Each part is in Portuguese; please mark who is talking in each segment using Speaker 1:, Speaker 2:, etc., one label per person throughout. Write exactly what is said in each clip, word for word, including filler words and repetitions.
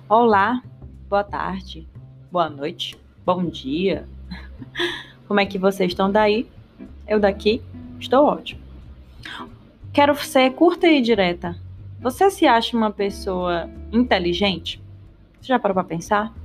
Speaker 1: Olá, boa tarde, boa noite, bom dia. Como é que vocês estão daí? Eu daqui estou ótimo. Quero ser curta e direta. Você se acha uma pessoa inteligente? Você já parou para pensar?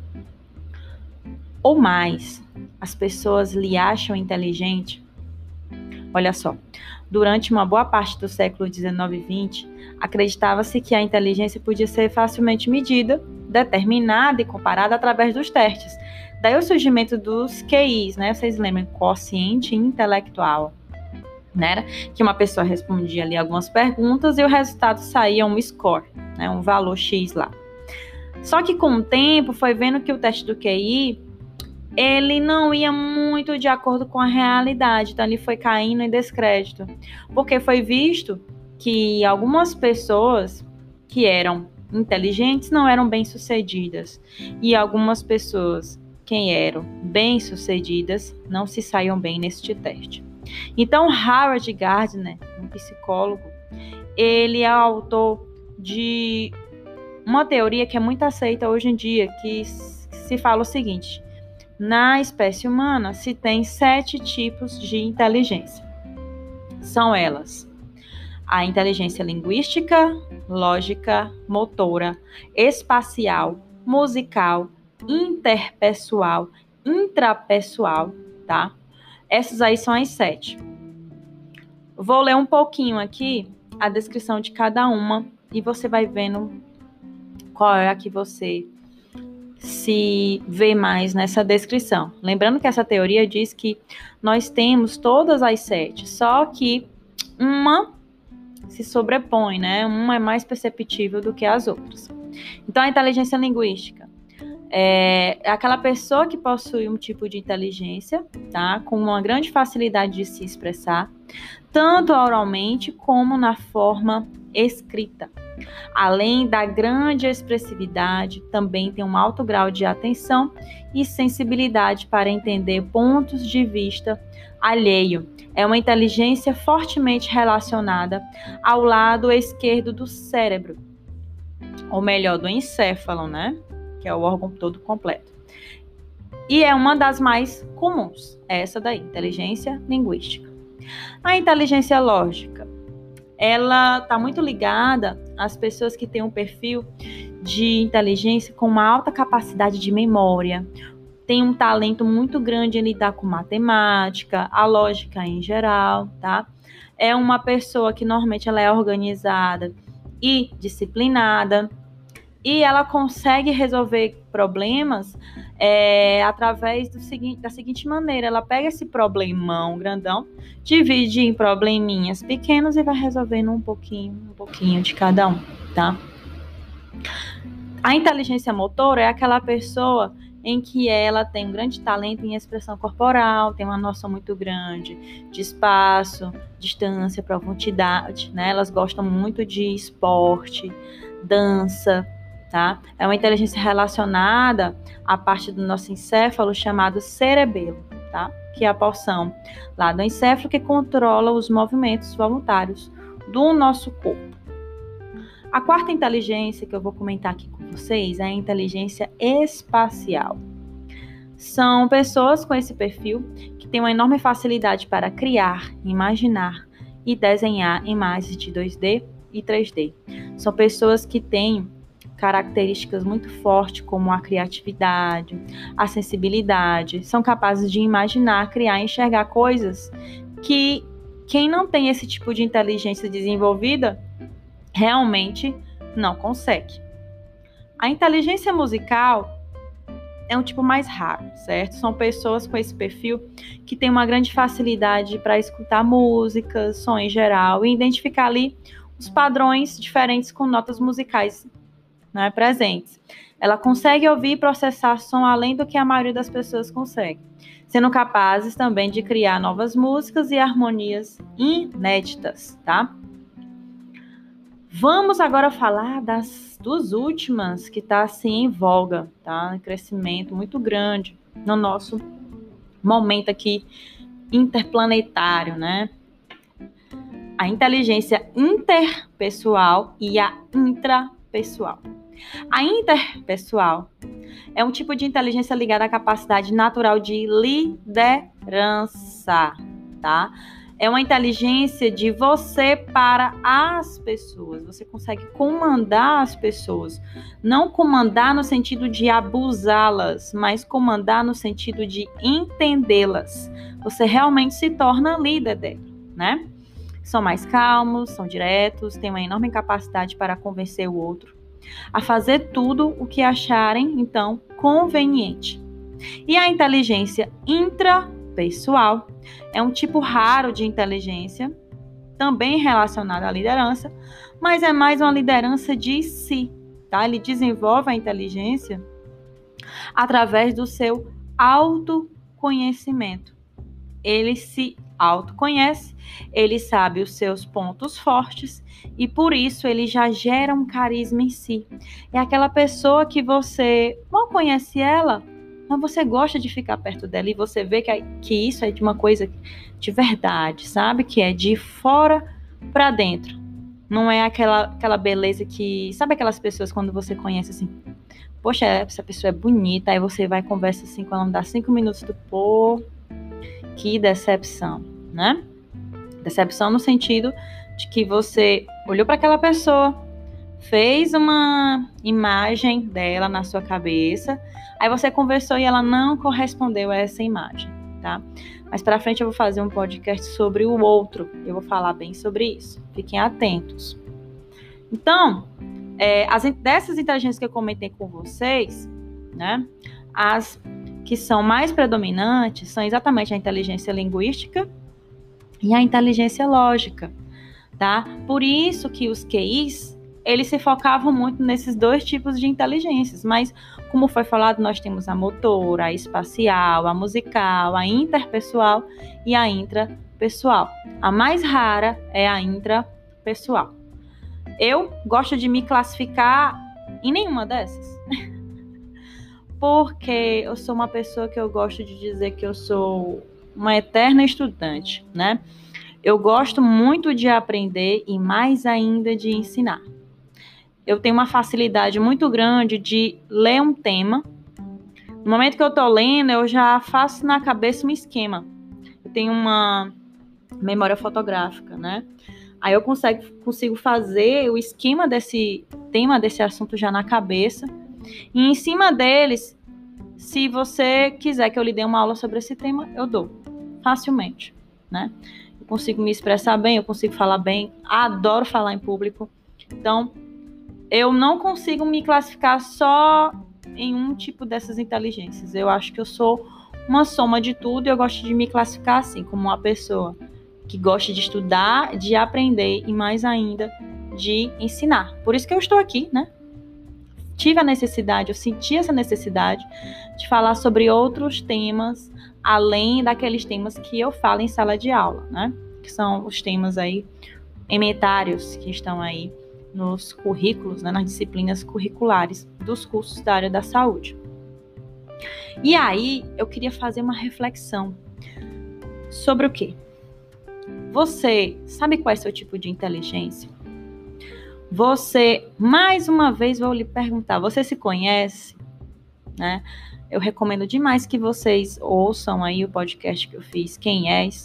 Speaker 1: Ou mais, as pessoas lhe acham inteligente? Olha só, durante uma boa parte do século dezenove e vinte, acreditava-se que a inteligência podia ser facilmente medida, determinada e comparada através dos testes. Daí o surgimento dos Q Is, né? Vocês lembram? Quociente intelectual, né? Que uma pessoa respondia ali algumas perguntas e o resultado saía um score, né? Um valor X lá. Só que com o tempo foi vendo que o teste do Q I ele não ia muito de acordo com a realidade, então ele foi caindo em descrédito, porque foi visto que algumas pessoas que eram inteligentes não eram bem-sucedidas, e algumas pessoas que eram bem-sucedidas não se saíam bem neste teste. Então, Howard Gardner, um psicólogo, ele é autor de uma teoria que é muito aceita hoje em dia, que se fala o seguinte: na espécie humana se tem sete tipos de inteligência. São elas: a inteligência linguística, lógica, motora, espacial, musical, interpessoal, intrapessoal, tá? Essas aí são as sete. Vou ler um pouquinho aqui a descrição de cada uma e você vai vendo qual é a que você se vê mais nessa descrição. Lembrando que essa teoria diz que nós temos todas as sete, só que uma se sobrepõe, né? Uma é mais perceptível do que as outras. Então, a inteligência linguística é aquela pessoa que possui um tipo de inteligência, tá? Com uma grande facilidade de se expressar, tanto oralmente como na forma escrita. Além da grande expressividade, também tem um alto grau de atenção e sensibilidade para entender pontos de vista alheio. É uma inteligência fortemente relacionada ao lado esquerdo do cérebro, ou melhor, do encéfalo, né? Que é o órgão todo completo. E é uma das mais comuns, essa daí, inteligência linguística. A inteligência lógica, ela está muito ligada às pessoas que têm um perfil de inteligência com uma alta capacidade de memória, tem um talento muito grande em lidar com matemática, a lógica em geral, tá? É uma pessoa que normalmente ela é organizada e disciplinada, e ela consegue resolver problemas é, através do seguinte, da seguinte maneira: ela pega esse problemão grandão, divide em probleminhas pequenos e vai resolvendo um pouquinho, um pouquinho de cada um, tá? A inteligência motora é aquela pessoa em que ela tem um grande talento em expressão corporal, tem uma noção muito grande de espaço, distância, profundidade, né? Elas gostam muito de esporte, dança, tá? É uma inteligência relacionada à parte do nosso encéfalo chamado cerebelo, tá? Que é a porção lá do encéfalo que controla os movimentos voluntários do nosso corpo. A quarta inteligência que eu vou comentar aqui com vocês é a inteligência espacial. São pessoas com esse perfil que têm uma enorme facilidade para criar, imaginar e desenhar imagens de dois D e três D. São pessoas que têm características muito fortes como a criatividade, a sensibilidade, são capazes de imaginar, criar e enxergar coisas que quem não tem esse tipo de inteligência desenvolvida realmente não consegue. A inteligência musical é um tipo mais raro, certo? São pessoas com esse perfil que têm uma grande facilidade para escutar músicas, som em geral, e identificar ali os padrões diferentes com notas musicais, né, presentes. Ela consegue ouvir e processar som além do que a maioria das pessoas consegue, sendo capazes também de criar novas músicas e harmonias inéditas, tá? Vamos agora falar das duas últimas que está assim em voga, tá? Um crescimento muito grande no nosso momento aqui interplanetário, né? A inteligência interpessoal e a intrapessoal. A interpessoal é um tipo de inteligência ligada à capacidade natural de liderança, tá? É uma inteligência de você para as pessoas. Você consegue comandar as pessoas. Não comandar no sentido de abusá-las, mas comandar no sentido de entendê-las. Você realmente se torna líder dela, né? São mais calmos, são diretos, têm uma enorme capacidade para convencer o outro a fazer tudo o que acharem, então, conveniente. E a inteligência intrapessoal é um tipo raro de inteligência, também relacionada à liderança, mas é mais uma liderança de si, tá? Ele desenvolve a inteligência através do seu autoconhecimento. Ele se autoconhece, ele sabe os seus pontos fortes e por isso ele já gera um carisma em si. É aquela pessoa que você não conhece ela, mas você gosta de ficar perto dela e você vê que, que isso é de uma coisa de verdade, sabe? Que é de fora para dentro. Não é aquela, aquela beleza que... Sabe aquelas pessoas quando você conhece assim... Poxa, essa pessoa é bonita, aí você vai e conversa assim com ela, dá cinco minutos do pô... Que decepção, né? Decepção no sentido de que você olhou para aquela pessoa, fez uma imagem dela na sua cabeça, aí você conversou e ela não correspondeu a essa imagem, tá? Mas para frente eu vou fazer um podcast sobre o outro, eu vou falar bem sobre isso. Fiquem atentos. Então, é, as, dessas inteligências que eu comentei com vocês, né? As que são mais predominantes são exatamente a inteligência linguística e a inteligência lógica, tá? Por isso que os Q Is, eles se focavam muito nesses dois tipos de inteligências, mas, como foi falado, nós temos a motora, a espacial, a musical, a interpessoal e a intrapessoal. A mais rara é a intrapessoal. Eu gosto de me classificar em nenhuma dessas. Porque eu sou uma pessoa que eu gosto de dizer que eu sou uma eterna estudante, né? Eu gosto muito de aprender e mais ainda de ensinar. Eu tenho uma facilidade muito grande de ler um tema. No momento que eu tô lendo, eu já faço na cabeça um esquema. Eu tenho uma memória fotográfica, né? Aí eu consigo, consigo fazer o esquema desse tema, desse assunto já na cabeça. E em cima deles, se você quiser que eu lhe dê uma aula sobre esse tema, eu dou, facilmente, né? Eu consigo me expressar bem, eu consigo falar bem, adoro falar em público. Então, eu não consigo me classificar só em um tipo dessas inteligências. Eu acho que eu sou uma soma de tudo e eu gosto de me classificar assim, como uma pessoa que gosta de estudar, de aprender e mais ainda de ensinar. Por isso que eu estou aqui, né? Tive a necessidade, eu senti essa necessidade de falar sobre outros temas, além daqueles temas que eu falo em sala de aula, né? Que são os temas aí ementários que estão aí nos currículos, né? Nas disciplinas curriculares dos cursos da área da saúde. E aí, eu queria fazer uma reflexão sobre o quê? Você sabe qual é o seu tipo de inteligência? Você, mais uma vez, vou lhe perguntar, você se conhece? Né? Eu recomendo demais que vocês ouçam aí o podcast que eu fiz, Quem És?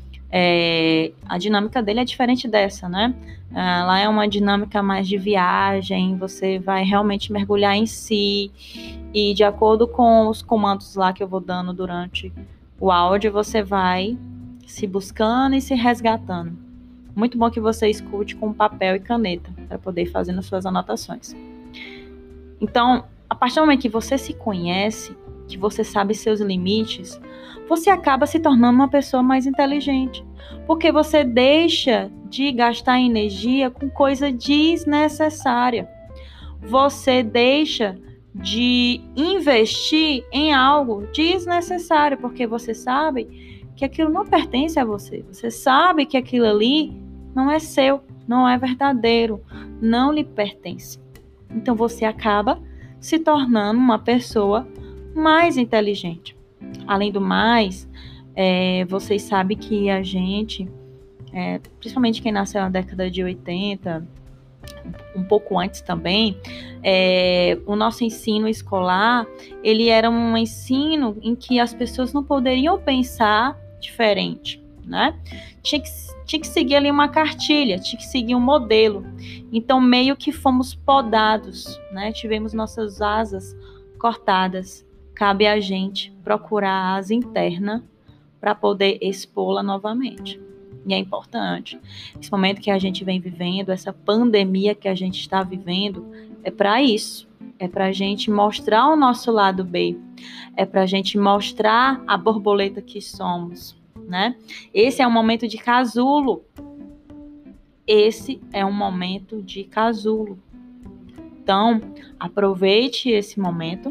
Speaker 1: É, a dinâmica dele é diferente dessa, né? Ah, lá é uma dinâmica mais de viagem, você vai realmente mergulhar em si e de acordo com os comandos lá que eu vou dando durante o áudio, você vai se buscando e se resgatando. Muito bom que você escute com papel e caneta para poder ir fazendo suas anotações. Então, a partir do momento que você se conhece, que você sabe seus limites, você acaba se tornando uma pessoa mais inteligente. Porque você deixa de gastar energia com coisa desnecessária. Você deixa de investir em algo desnecessário, porque você sabe que aquilo não pertence a você. Você sabe que aquilo ali não é seu, não é verdadeiro, não lhe pertence. Então você acaba se tornando uma pessoa mais inteligente. Além do mais, é, vocês sabem que a gente, é, principalmente quem nasceu na década de oitenta, um pouco antes também, é, o nosso ensino escolar, ele era um ensino em que as pessoas não poderiam pensar diferente, né? Tinha que, tinha que seguir ali uma cartilha, tinha que seguir um modelo. Então, meio que fomos podados, né? Tivemos nossas asas cortadas. Cabe a gente procurar a asa interna para poder expô-la novamente. E é importante. Esse momento que a gente vem vivendo, essa pandemia que a gente está vivendo, é para isso. É para a gente mostrar o nosso lado B. É para a gente mostrar a borboleta que somos, né? Esse é um momento de casulo. Esse é um momento de casulo. Então, aproveite esse momento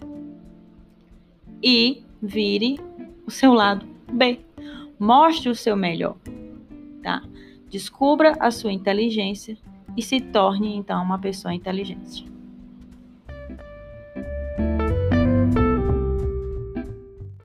Speaker 1: e vire o seu lado B. Mostre o seu melhor. Tá? Descubra a sua inteligência e se torne, então, uma pessoa inteligente.